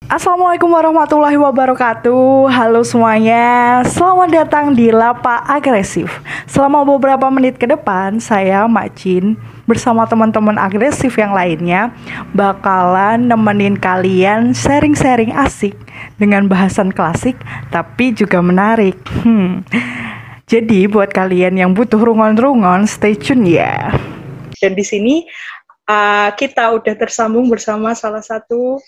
Assalamualaikum warahmatullahi wabarakatuh. Halo semuanya, selamat datang di Lapa Agresif. Selama beberapa menit ke depan, saya Mak Jin bersama teman-teman agresif yang lainnya bakalan nemenin kalian sharing-sharing asik dengan bahasan klasik tapi juga menarik. Jadi buat kalian yang butuh rungon-rungon, stay tune ya. Dan di sini kita udah tersambung bersama salah satu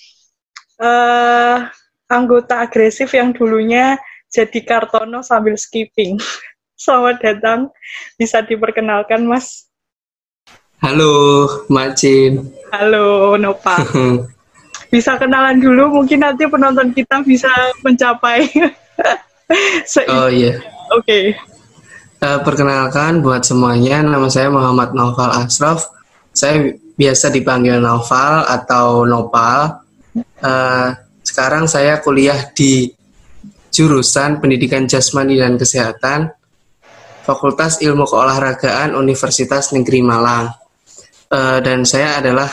anggota agresif yang dulunya jadi Kartono sambil skipping. Selamat datang, bisa diperkenalkan Mas. Halo Mak Jin. Halo Nopal. Bisa kenalan dulu, mungkin nanti penonton kita bisa mencapai. Oh iya. Oke. Perkenalkan buat semuanya, nama saya Muhammad Naufal Ashraf. Saya biasa dipanggil Naufal atau Nopal. Sekarang saya kuliah di jurusan Pendidikan Jasmani dan Kesehatan, Fakultas Ilmu Keolahragaan Universitas Negeri Malang. Dan saya adalah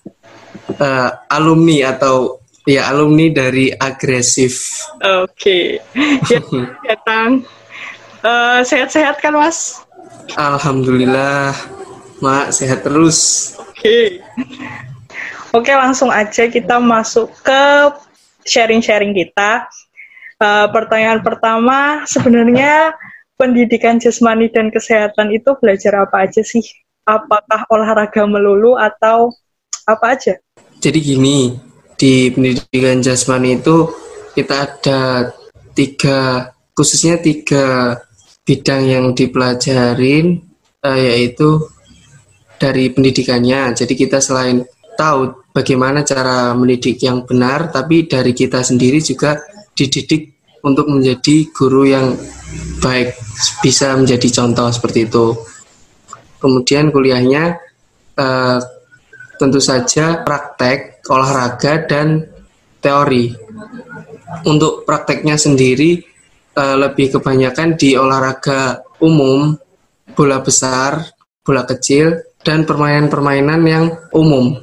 alumni dari Agresif. Oke. Ya, datang. Sehat-sehat kan Mas? Alhamdulillah, Mak, sehat terus. Oke, langsung aja kita masuk ke sharing-sharing kita. Pertanyaan pertama, sebenarnya pendidikan jasmani dan kesehatan itu belajar apa aja sih? Apakah olahraga melulu atau apa aja? Jadi gini, di pendidikan jasmani itu kita ada khususnya tiga bidang yang dipelajarin, yaitu dari pendidikannya. Jadi kita selain tahu bagaimana cara mendidik yang benar, tapi dari kita sendiri juga dididik untuk menjadi guru yang baik, bisa menjadi contoh seperti itu. Kemudian kuliahnya tentu saja praktek, olahraga, dan teori. Untuk prakteknya sendiri lebih kebanyakan di olahraga umum, bola besar, bola kecil, dan permainan-permainan yang umum.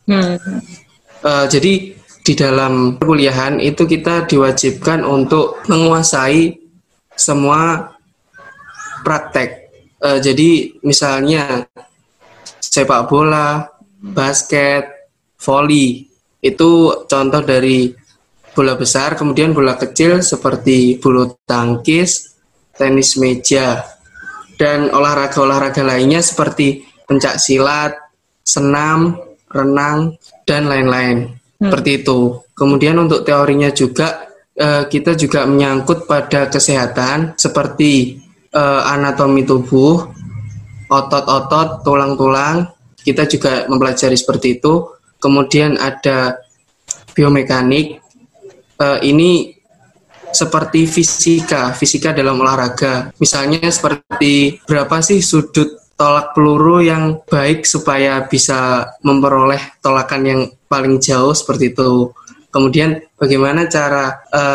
Jadi di dalam perkuliahan itu kita diwajibkan untuk menguasai semua praktek. Jadi misalnya sepak bola, basket, voli, itu contoh dari bola besar. Kemudian bola kecil seperti bulu tangkis, tenis meja, dan olahraga-olahraga lainnya seperti pencak silat, senam, renang, dan lain-lain. Seperti itu. Kemudian untuk teorinya juga kita juga menyangkut pada kesehatan seperti anatomi tubuh, otot-otot, tulang-tulang. Kita juga mempelajari seperti itu. Kemudian ada biomekanik. Ini seperti fisika dalam olahraga. Misalnya seperti berapa sih sudut tolak peluru yang baik supaya bisa memperoleh tolakan yang paling jauh, seperti itu. Kemudian bagaimana cara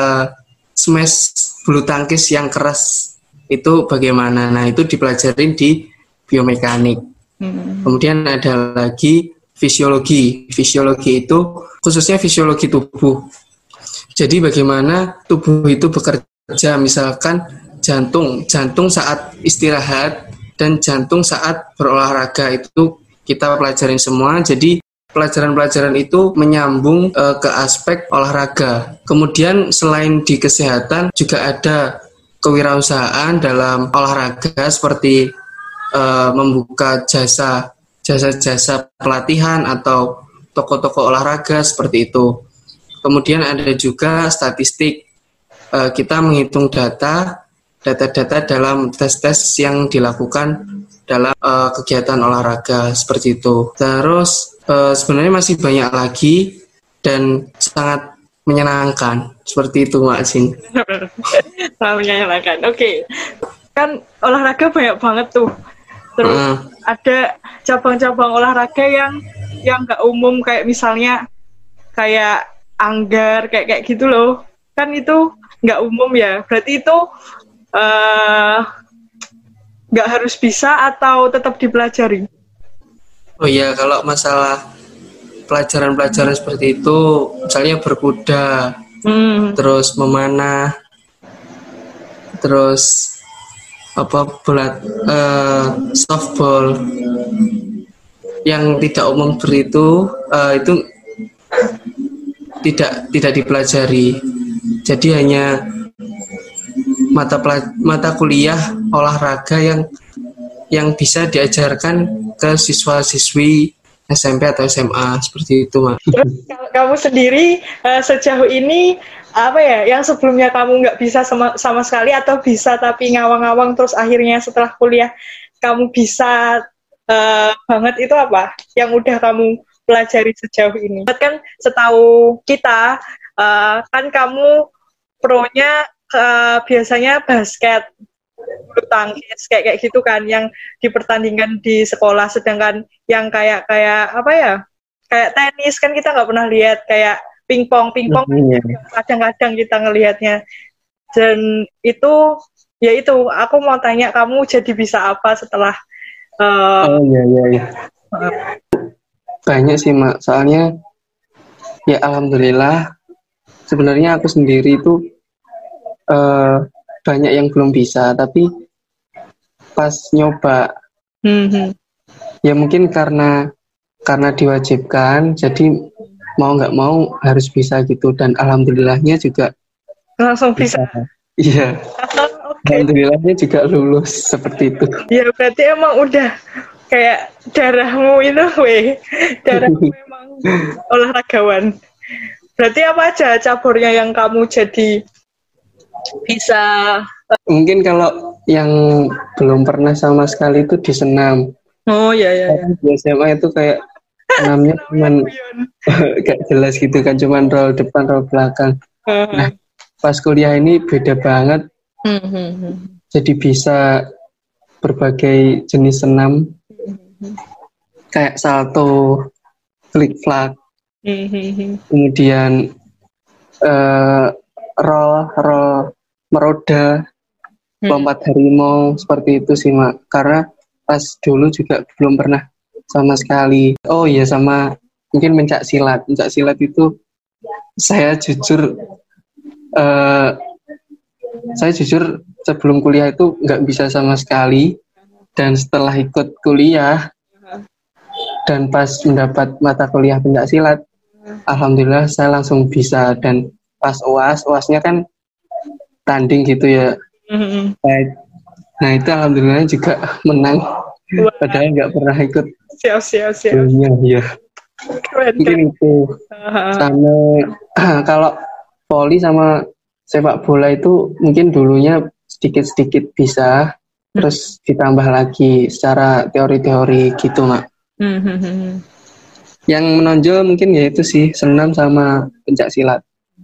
smash bulu tangkis yang keras itu bagaimana. Nah, itu dipelajarin di biomekanik. Kemudian ada lagi fisiologi. Fisiologi itu khususnya fisiologi tubuh. Jadi bagaimana tubuh itu bekerja, misalkan jantung saat istirahat dan jantung saat berolahraga, itu kita pelajarin semua. Jadi pelajaran-pelajaran itu menyambung ke aspek olahraga. Kemudian selain di kesehatan juga ada kewirausahaan dalam olahraga seperti membuka jasa pelatihan atau toko-toko olahraga seperti itu. Kemudian ada juga statistik. Kita menghitung data dalam tes-tes yang dilakukan dalam kegiatan olahraga seperti itu. Terus sebenarnya masih banyak lagi dan sangat menyenangkan seperti itu, Mak Jin. Sangat menyenangkan. Oke. Kan olahraga banyak banget tuh. Terus ada cabang-cabang olahraga yang nggak umum, kayak misalnya kayak anggar, kayak gitu loh. Kan itu nggak umum ya. Berarti itu nggak harus bisa atau tetap dipelajari? Oh iya, kalau masalah pelajaran-pelajaran seperti itu, misalnya berkuda, terus memanah, terus softball. Yang tidak umum seperti itu tidak dipelajari. Jadi hanya mata kuliah olahraga yang bisa diajarkan ke siswa-siswi SMP atau SMA seperti itu, Mak. Terus kalau kamu sendiri sejauh ini apa ya yang sebelumnya kamu nggak bisa sama sekali atau bisa tapi ngawang-ngawang terus akhirnya setelah kuliah kamu bisa banget, itu apa yang udah kamu pelajari sejauh ini? Kan setahu kita kan kamu pronya biasanya basket, bulu tangkis kayak gitu kan yang dipertandingkan di sekolah, sedangkan yang kayak apa ya, kayak tenis kan kita nggak pernah lihat, kayak pingpong kadang-kadang kita ngelihatnya. Dan itu aku mau tanya, kamu jadi bisa apa setelah banyak sih, Mak. Soalnya ya alhamdulillah sebenarnya aku sendiri itu banyak yang belum bisa, tapi pas nyoba ya mungkin karena diwajibkan, jadi mau nggak mau harus bisa gitu, dan alhamdulillahnya juga langsung bisa. Iya. Okay. Alhamdulillahnya juga lulus seperti itu. Ya berarti emang udah kayak darahmu itu, darahmu memang olahragawan. Berarti apa aja caburnya yang kamu jadi bisa? Mungkin kalau yang belum pernah sama sekali itu di senam. Oh iya. Di SMA itu kayak senamnya cuman gak jelas gitu kan, cuman roll depan roll belakang. Nah pas kuliah ini beda banget. Jadi bisa berbagai jenis senam, kayak salto, flick flag, kemudian roll meroda, lompat harimau, seperti itu sih, Mak. Karena pas dulu juga belum pernah sama sekali. Oh iya, sama mungkin pencak silat itu saya jujur sebelum kuliah itu nggak bisa sama sekali, dan setelah ikut kuliah dan pas mendapat mata kuliah pencak silat, alhamdulillah saya langsung bisa. Dan pas UASnya kan tanding gitu ya, nah itu alhamdulillah juga menang. Padahal nggak pernah ikut. Siap. Iya. Mungkin itu. Sama kalau voli sama sepak bola itu mungkin dulunya sedikit bisa, terus ditambah lagi secara teori-teori gitu, Mak. Yang menonjol mungkin ya itu sih, senam sama pencak silat.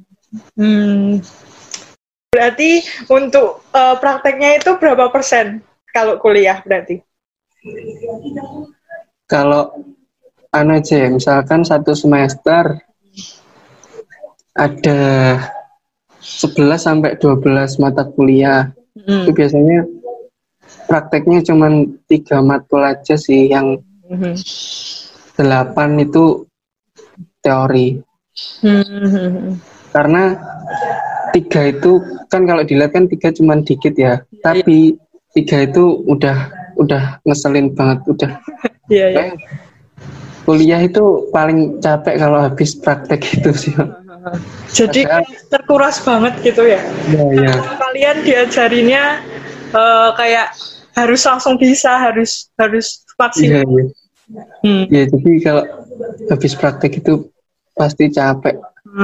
Berarti untuk prakteknya itu berapa persen kalau kuliah berarti? Kalau aja ya, misalkan satu semester ada 11 sampai 12 mata kuliah. Itu biasanya prakteknya cuma 3 matkul aja sih, yang 8 itu teori. Karena 3 itu kan kalau dilihat kan 3 cuma dikit ya, tapi 3 itu udah ngeselin banget, udah. Iya. Kuliah itu paling capek kalau habis praktek itu sih. Jadi terkuras banget gitu ya. Iya. Kalian diajarinnya kayak harus langsung bisa, harus maksimal. Iya, jadi kalau habis praktek itu pasti capek.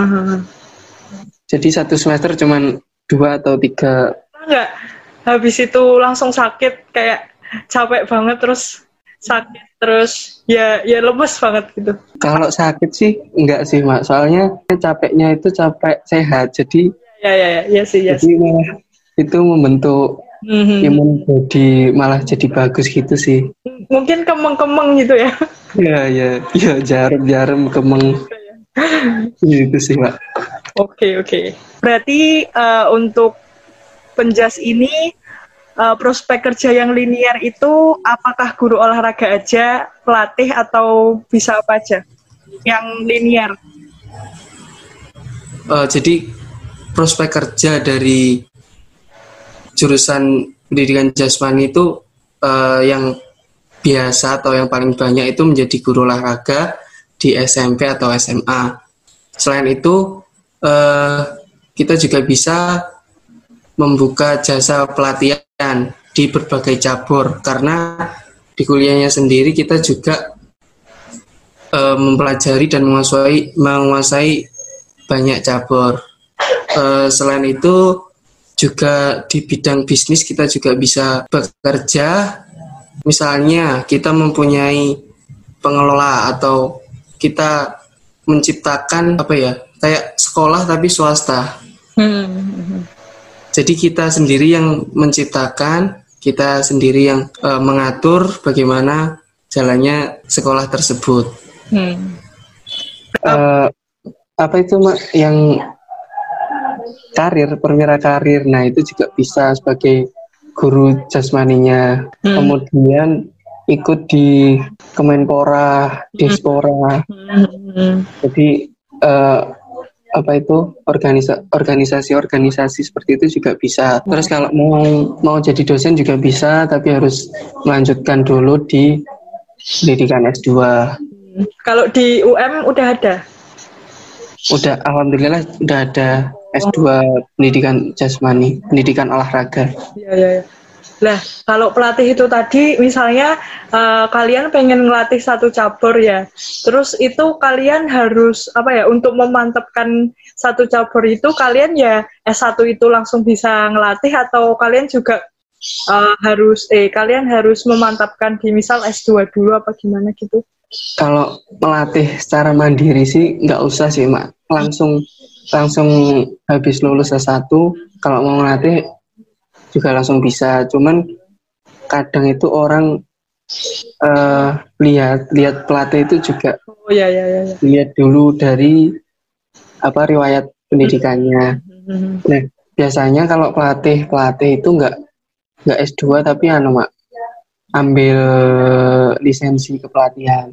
Jadi satu semester cuman 2 atau 3. Enggak, habis itu langsung sakit, kayak capek banget, terus sakit, terus ya lemes banget gitu. Kalau sakit sih enggak sih, Mak. Soalnya capeknya itu capek sehat. Jadi ya sih. Jadi malah itu membentuk imun body, malah jadi bagus gitu sih. Mungkin kemeng-kemeng gitu ya. Iya, jarum kemeng. Gitu sih, Mak. Oke. Berarti untuk penjas ini prospek kerja yang linear itu apakah guru olahraga aja, pelatih, atau bisa apa aja? yang linear? Jadi prospek kerja dari jurusan pendidikan jasmani itu yang biasa atau yang paling banyak itu menjadi guru olahraga di SMP atau SMA. Selain itu, kita juga bisa membuka jasa pelatihan di berbagai cabur, karena di kuliahnya sendiri kita juga mempelajari dan menguasai banyak cabur. Selain itu, juga di bidang bisnis kita juga bisa bekerja. Misalnya kita mempunyai pengelola atau kita menciptakan kayak sekolah tapi swasta. Jadi kita sendiri yang menciptakan, kita sendiri yang mengatur bagaimana jalannya sekolah tersebut. Apa itu Mak yang perwira karir? Nah itu juga bisa sebagai guru jasmaninya. Kemudian ikut di Kemenpora, Dispora. Jadi organisasi seperti itu juga bisa. Terus kalau mau jadi dosen juga bisa, tapi harus melanjutkan dulu di pendidikan S2. Kalau di UM udah ada? Udah, alhamdulillah udah ada S2 pendidikan jasmani, pendidikan olahraga. Iya. Lah, kalau pelatih itu tadi, misalnya kalian pengen ngelatih satu cabur ya, terus itu kalian harus untuk memantapkan satu cabur itu kalian ya S1 itu langsung bisa ngelatih, atau kalian juga kalian harus memantapkan di misal S2 dulu apa gimana gitu? Kalau melatih secara mandiri sih nggak usah sih Mak, langsung habis lulus S1 kalau mau melatih juga langsung bisa. Cuman kadang itu orang lihat pelatih itu juga lihat dulu dari riwayat pendidikannya. Nah biasanya kalau pelatih itu nggak S2 tapi Mak, ambil lisensi kepelatihan.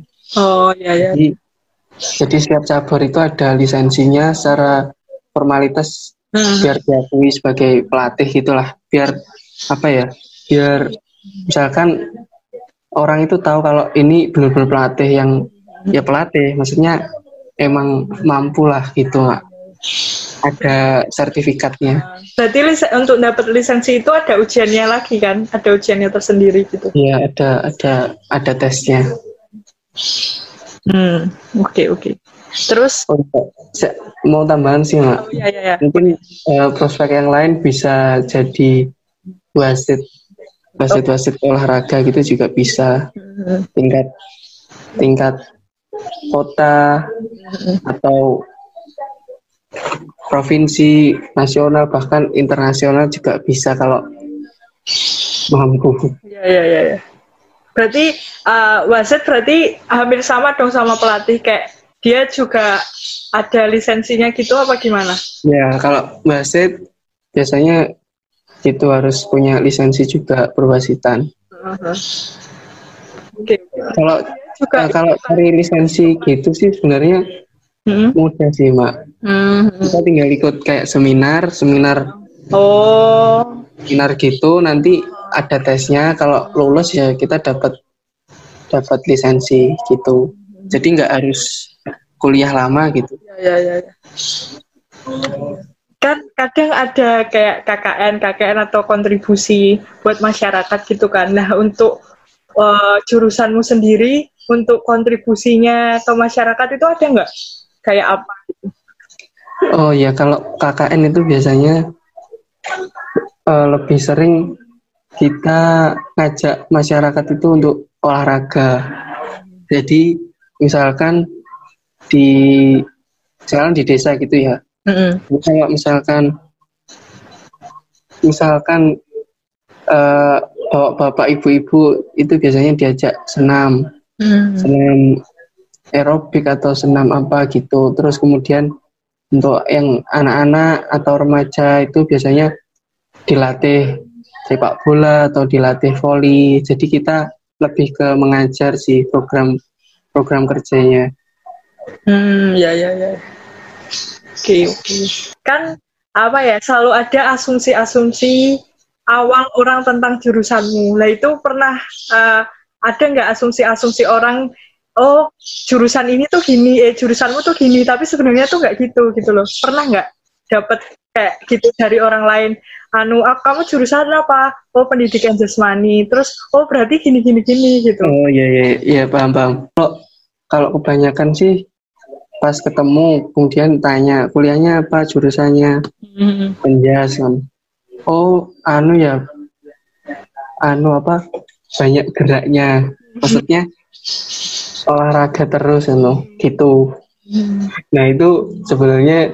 Jadi setiap cabur itu ada lisensinya secara formalitas, biar diakui sebagai pelatih gitulah. Biar misalkan orang itu tahu kalau ini benar-benar pelatih yang pelatih, maksudnya emang mampu lah gitu Mak. Ada sertifikatnya. Berarti untuk dapat lisensi itu ada ujiannya lagi kan? Ada ujiannya tersendiri gitu? Iya, ada tesnya. Oke. Terus mau tambahan sih Mak. Iya. Mungkin prospek yang lain bisa jadi wasit olahraga gitu juga bisa. Tingkat kota atau provinsi, nasional, bahkan internasional juga bisa kalau mampu. Iya. Berarti wasit berarti hampir sama dong sama pelatih, kayak dia juga ada lisensinya gitu apa gimana? Ya, kalau wasit biasanya itu harus punya lisensi juga perwasitan. Kalau cari lisensi gitu sih sebenarnya mudah sih Mak. Kita tinggal ikut kayak seminar gitu, nanti ada tesnya, kalau lulus ya kita dapat lisensi gitu. Jadi nggak harus kuliah lama gitu. Ya. Kan kadang ada kayak KKN atau kontribusi buat masyarakat gitu kan. Nah untuk jurusanmu sendiri untuk kontribusinya ke masyarakat itu ada nggak? Kayak apa gitu? Oh ya, kalau KKN itu biasanya lebih sering kita ngajak masyarakat itu untuk olahraga. Jadi misalkan di desa gitu ya. Kalau misalkan bapak ibu-ibu itu biasanya diajak senam aerobik atau senam apa gitu. Terus kemudian untuk yang anak-anak atau remaja itu biasanya dilatih sepak bola atau dilatih voli. Jadi kita lebih ke mengajar sih program kerjanya. Ya ya ya. Oke, oke. Kan apa ya, selalu ada asumsi-asumsi awal orang tentang jurusanmu. Lah itu pernah ada nggak asumsi-asumsi orang, oh jurusan ini tuh gini, jurusanmu tuh gini, tapi sebenarnya tuh nggak gitu gitu loh. Pernah nggak dapat kayak gitu dari orang lain? Kamu jurusan apa? Oh pendidikan jasmani. Terus oh berarti gini gini gini gitu. Oh iya iya iya paham paham. Kalau kebanyakan sih pas ketemu kemudian tanya kuliahnya apa jurusannya penjelasan. Oh ya apa banyak geraknya. Maksudnya olahraga terus gitu. Nah itu sebenarnya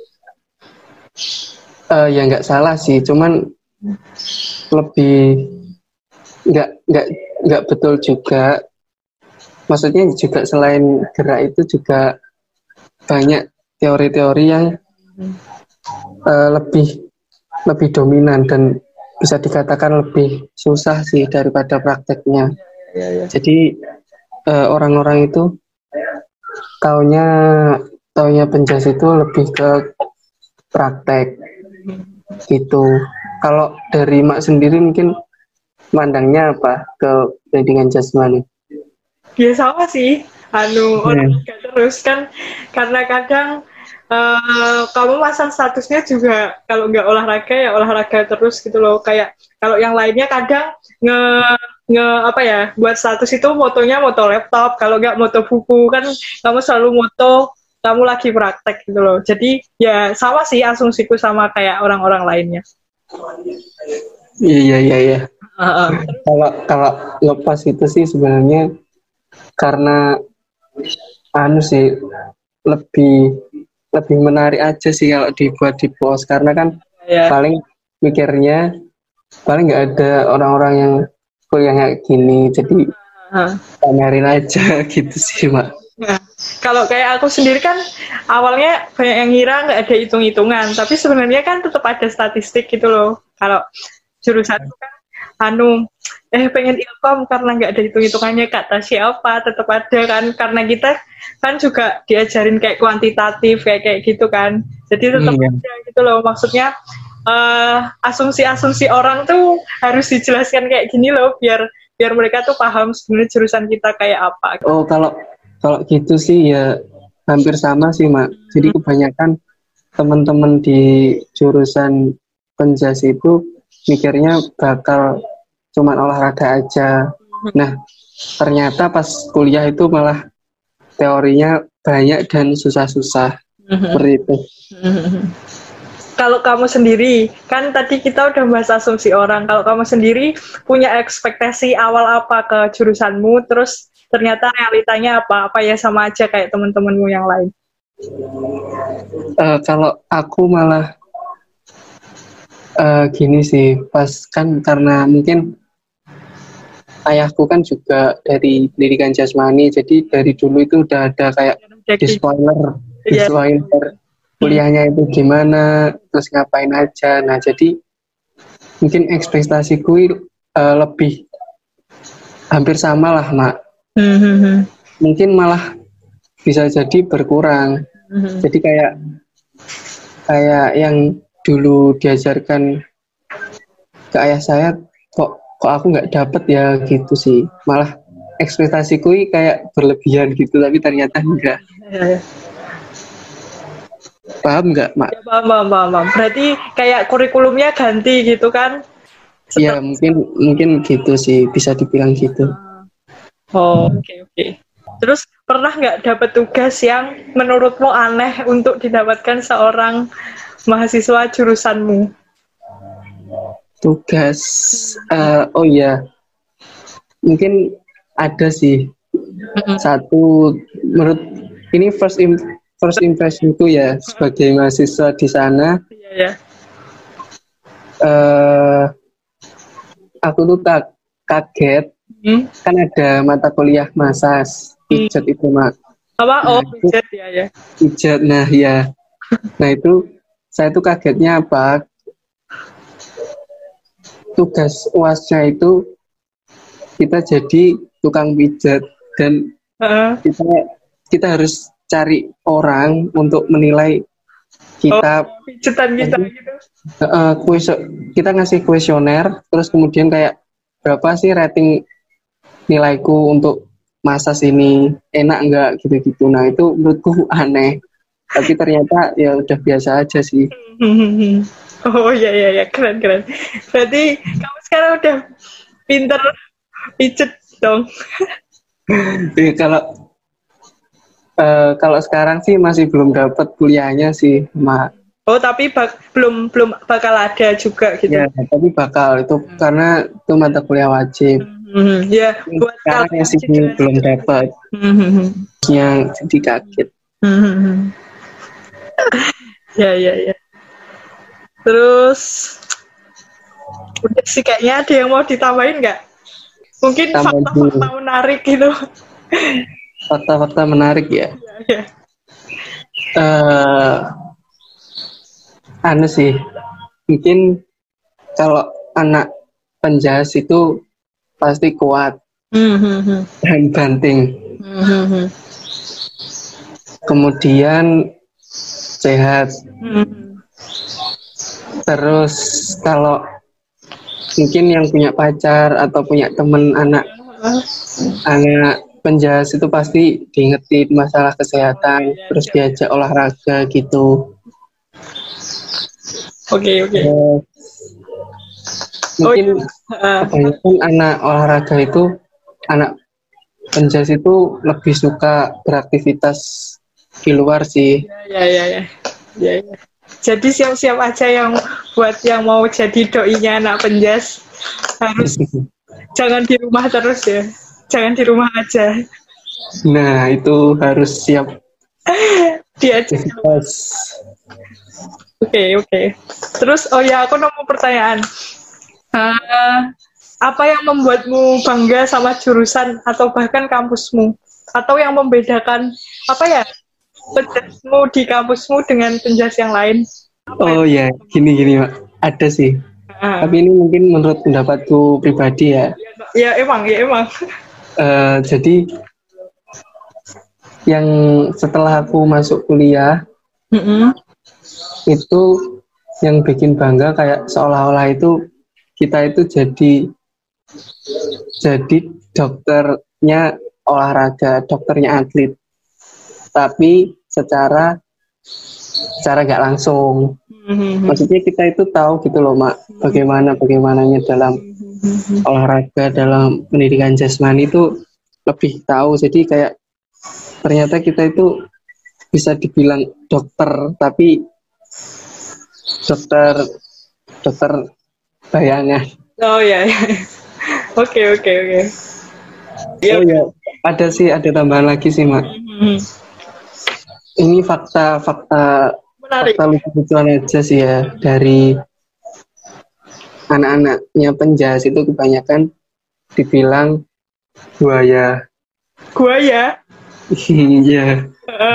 ya nggak salah sih, cuman lebih nggak betul juga. Maksudnya juga selain gerak itu juga banyak teori-teori yang lebih dominan dan bisa dikatakan lebih susah sih daripada prakteknya. Jadi orang-orang itu taunya penjas itu lebih ke praktek gitu. Kalau dari Mak sendiri mungkin mandangnya apa ke pendidikan jasmani? Ya sama sih, olahraga terus kan, karena kadang kamu masang statusnya juga kalau nggak olahraga ya olahraga terus gitu loh. Kayak kalau yang lainnya kadang nge nge apa ya, buat status itu motonya moto laptop, kalau nggak moto buku kan, kamu selalu moto kamu lagi praktek gitu loh. Jadi ya sama sih asumsiku sama kayak orang-orang lainnya. Iya. Kalau lepas itu sih sebenarnya karena sih lebih menarik aja sih kalau dibuat di post, karena kan paling mikirnya paling nggak ada orang-orang yang kuliah kayak gini, jadi pamerin aja gitu sih Mak. Nah, kalau kayak aku sendiri kan awalnya banyak yang ngira nggak ada hitung-hitungan, tapi sebenarnya kan tetap ada statistik gitu loh. Kalau jurusan kan pengen ilkom karena nggak ada hitung-hitungannya, kata siapa tetap ada kan, karena kita kan juga diajarin kayak kuantitatif kayak gitu kan, jadi tetap ada gitu loh. Maksudnya asumsi-asumsi orang tuh harus dijelaskan kayak gini loh, biar mereka tuh paham sebenarnya jurusan kita kayak apa. Oh kalau gitu sih ya hampir sama sih Mak. Jadi kebanyakan teman-teman di jurusan penjas itu mikirnya bakal cuman olahraga aja. Nah, ternyata pas kuliah itu malah teorinya banyak dan susah-susah. Seperti itu. Kalau kamu sendiri, kan tadi kita udah bahas asumsi orang. Kalau kamu sendiri punya ekspektasi awal apa ke jurusanmu, terus ternyata realitanya apa? Apa ya sama aja kayak teman-temanmu yang lain? Kalau aku malah gini sih, pas kan karena mungkin ayahku kan juga dari pendidikan jasmani, jadi dari dulu itu udah ada kayak di spoiler kuliahnya itu gimana, terus ngapain aja. Nah jadi mungkin ekspektasiku lebih hampir sama lah Mak. Mungkin malah bisa jadi berkurang. Jadi kayak yang dulu diajarkan ke ayah saya kok aku nggak dapet ya gitu sih. Malah ekspektasiku kayak berlebihan gitu, tapi ternyata enggak. Paham nggak Mak? Ya, paham. Berarti kayak kurikulumnya ganti gitu kan? Iya mungkin gitu sih, bisa dibilang gitu. Oh oke. Terus pernah nggak dapat tugas yang menurutmu aneh untuk didapatkan seorang mahasiswa jurusanmu? Tugas, oh iya, mungkin ada sih. Satu, menurut ini first impressionku ya sebagai mahasiswa di sana. Aku tuh kaget, kan ada mata kuliah masas, pijat itu Mak. Apa? Oh pijat ya. Pijat, nah ya. Nah itu saya tuh kagetnya apa? Tugas UASnya itu kita jadi tukang pijat dan kita harus cari orang untuk menilai kita. Pijetan kita gitu. Kita ngasih kuesioner, terus kemudian kayak berapa sih rating nilaiku untuk masa sini, enak nggak gitu-gitu. Nah itu menurutku aneh, tapi ternyata ya udah biasa aja sih. Oh iya keren. Berarti kamu sekarang udah pinter pijet dong. Kalau sekarang sih masih belum dapat kuliahnya sih, Mak. Oh tapi belum bakal ada juga gitu. Ya, tapi bakal itu karena itu mata kuliah wajib. Ya, buat sekarang masih belum dapat. Yang jadi kaget. Ya. Terus udah sih kayaknya ada yang mau ditambahin nggak? Mungkin fakta-fakta menarik gitu. Fakta-fakta menarik ya. Ya. Anu sih, mungkin kalau anak penjas itu pasti kuat dan banting. Kemudian sehat. Terus kalau mungkin yang punya pacar atau punya temen anak penjas itu pasti diingetin masalah kesehatan, terus diajak olahraga gitu. Oke. Mungkin kebanyakan anak olahraga itu, anak penjas itu lebih suka beraktivitas di luar sih. Ya. Jadi siap-siap aja yang buat yang mau jadi doinya anak penjas, harus jangan di rumah terus ya. Jangan di rumah aja. Nah, itu harus siap. Diajak. Oke. Terus, aku nemu pertanyaan. Apa yang membuatmu bangga sama jurusan atau bahkan kampusmu? Atau yang membedakan penjasmu di kampusmu dengan penjas yang lain? Oh ya, gini Mak. Ada sih. Tapi ini mungkin menurut pendapatku pribadi ya. Ya emang. Jadi yang setelah aku masuk kuliah itu yang bikin bangga kayak seolah-olah itu kita itu jadi dokternya olahraga, dokternya atlet, tapi secara nggak langsung. Maksudnya kita itu tahu gitu loh Mak, bagaimananya dalam olahraga, dalam pendidikan jasmani itu lebih tahu. Jadi kayak ternyata kita itu bisa dibilang dokter, tapi dokter bayangan. Oh ya. Oke. Oh ya, ada tambahan lagi sih Mak. Ini fakta lucu-lucuan aja sih ya, dari anak-anaknya penjas itu kebanyakan dibilang buaya. Iya.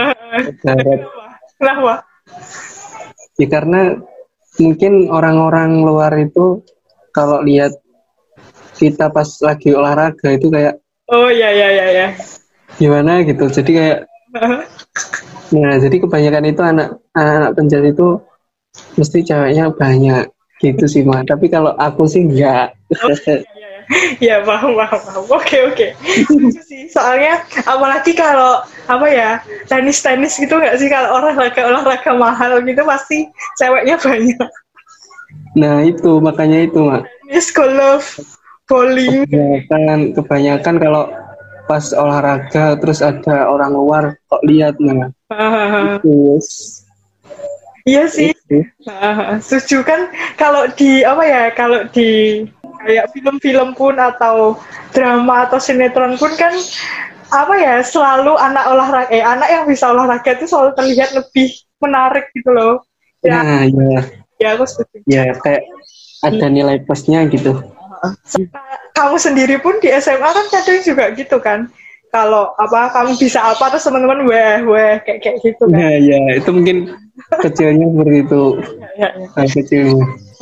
Kenapa? Ya karena mungkin orang-orang luar itu kalau lihat kita pas lagi olahraga itu kayak ya. Gimana gitu. Jadi kayak jadi kebanyakan itu anak penjas itu mesti ceweknya banyak gitu sih Mak. Tapi kalau aku sih enggak. Ya paham. Oke. Soalnya apalagi kalau tenis gitu nggak sih, kalau olahraga mahal gitu pasti ceweknya banyak. Nah itu makanya itu Mak. Tenis, golf, bowling. Kebanyakan kalau pas olahraga terus ada orang luar kok lihat terus. Iya sih. Setuju kan, kalau di kayak film-film pun atau drama atau sinetron pun kan selalu anak yang bisa olahraga itu selalu terlihat lebih menarik gitu loh. Ya. Ya aku setuju. Ya kayak ada nilai plusnya gitu. Kamu sendiri pun di SMA kan kadang juga gitu kan. Kalau kamu bisa apa terus teman-teman weh kayak gitu kan. Ya, itu mungkin kecilnya seperti itu. Ya. Kecilnya.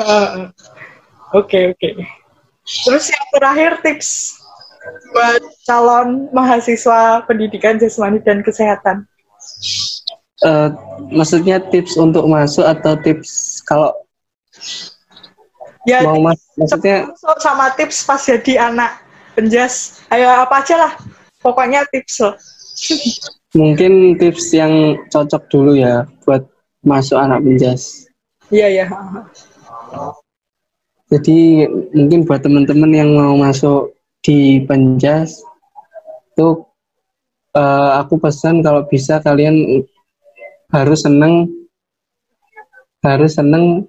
Oke. Terus yang terakhir, tips buat calon mahasiswa pendidikan jasmani dan kesehatan. Maksudnya tips untuk masuk atau tips kalau Ya, mau masuk? Maksudnya sama tips pas jadi anak penjas. Ayo apa aja lah. Pokoknya tips loh. mungkin tips yang cocok dulu ya buat masuk anak penjas. Iya, ya. Jadi mungkin buat teman-teman yang mau masuk di penjas tuh aku pesan kalau bisa kalian harus seneng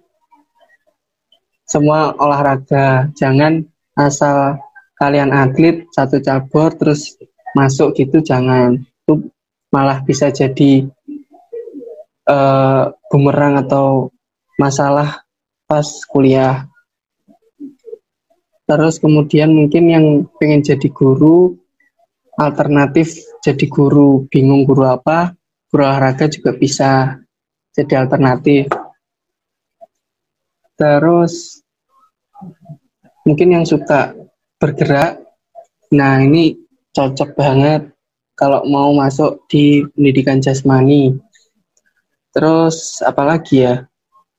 semua olahraga. Jangan asal kalian atlet satu cabur terus masuk gitu, jangan. Itu malah bisa jadi bumerang atau masalah pas kuliah. Terus kemudian mungkin yang pengen jadi guru, alternatif jadi guru, bingung guru apa, guru olahraga juga bisa jadi alternatif. Terus mungkin yang suka bergerak, nah ini cocok banget kalau mau masuk di pendidikan jasmani. Terus apalagi ya?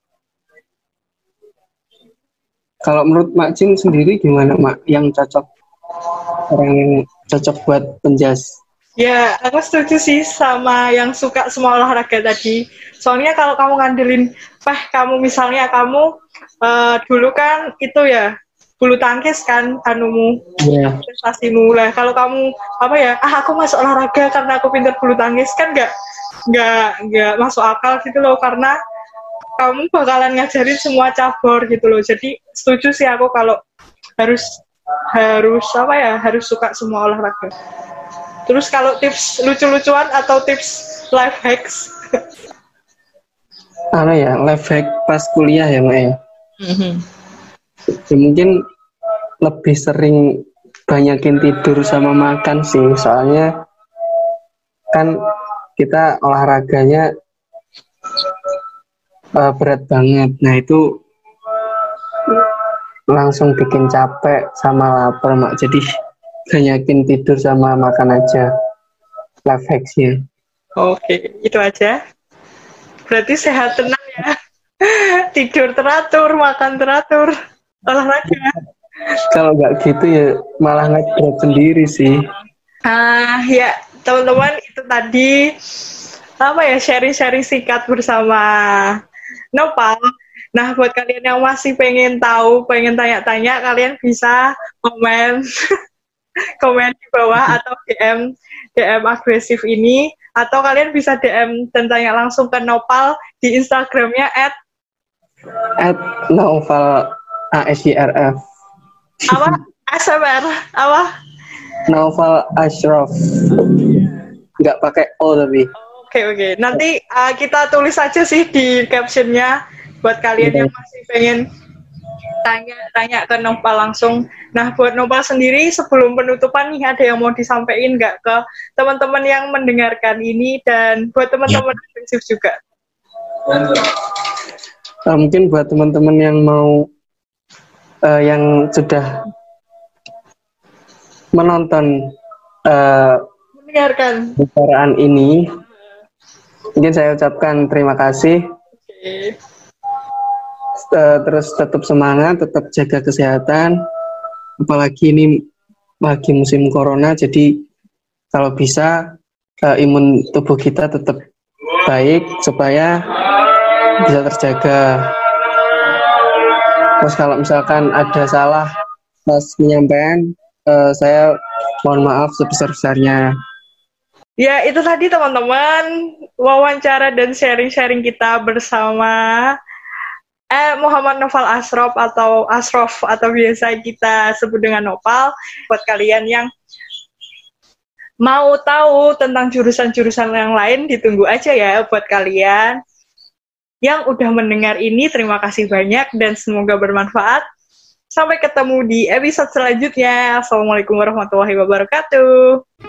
Kalau menurut Mak Cin sendiri gimana Mak yang cocok, orang yang cocok buat penjas? Ya, aku setuju sih sama yang suka semua olahraga tadi. Soalnya kalau kamu ngandelin, kamu misalnya kamu dulu kan itu ya bulu tangkis kan anumu, prestasimu lah. Kalau kamu aku masuk olahraga karena aku pintar bulu tangkis kan nggak masuk akal gitu loh, karena kamu bakalan ngajarin semua cabur gitu loh. Jadi setuju sih aku kalau harus suka semua olahraga. Terus kalau tips lucu-lucuan atau tips life hacks? Life hack pas kuliah ya Mak ya. Ya, mungkin lebih sering banyakin tidur sama makan sih, soalnya kan kita olahraganya berat banget. Nah itu langsung bikin capek sama lapar Mak. Jadi banyakin tidur sama makan aja life hacksnya. Oke, itu aja. Berarti sehat tenang ya. Tidur teratur, makan teratur, olahraga. Kalau nggak gitu ya malah ngeberat sendiri sih. Ya teman-teman, itu tadi sharing-sharing singkat bersama Nopal. Nah, buat kalian yang masih pengen tahu, pengen tanya-tanya, kalian bisa komen di bawah atau DM agresif ini, atau kalian bisa DM dan tanya langsung ke Nopal di Instagramnya @Naufal ASYRF. Apa? ASMR? Apa? Naufal Ashraf. Nggak pakai O tapi. Oke. Nanti kita tulis aja sih di captionnya buat kalian yang masih pengen tanya ke Nopal langsung. Nah, buat Nopal sendiri sebelum penutupan nih, ada yang mau disampaikan nggak ke teman-teman yang mendengarkan ini, dan buat teman-teman agresif juga? Mungkin buat teman-teman yang mau yang sudah menonton mendengarkan bicaraan ini, mungkin saya ucapkan terima kasih. Terus tetap semangat, tetap jaga kesehatan, apalagi ini lagi musim corona, jadi kalau bisa imun tubuh kita tetap baik supaya bisa terjaga. Terus kalau misalkan ada salah pas penyampaian, saya mohon maaf sebesar-besarnya. Ya, itu tadi teman-teman wawancara dan sharing-sharing kita bersama Muhammad Naufal Ashraf atau biasa kita sebut dengan Nopal. Buat kalian yang mau tahu tentang jurusan-jurusan yang lain, ditunggu aja ya. Buat kalian yang udah mendengar ini, terima kasih banyak dan semoga bermanfaat. Sampai ketemu di episode selanjutnya. Assalamualaikum warahmatullahi wabarakatuh.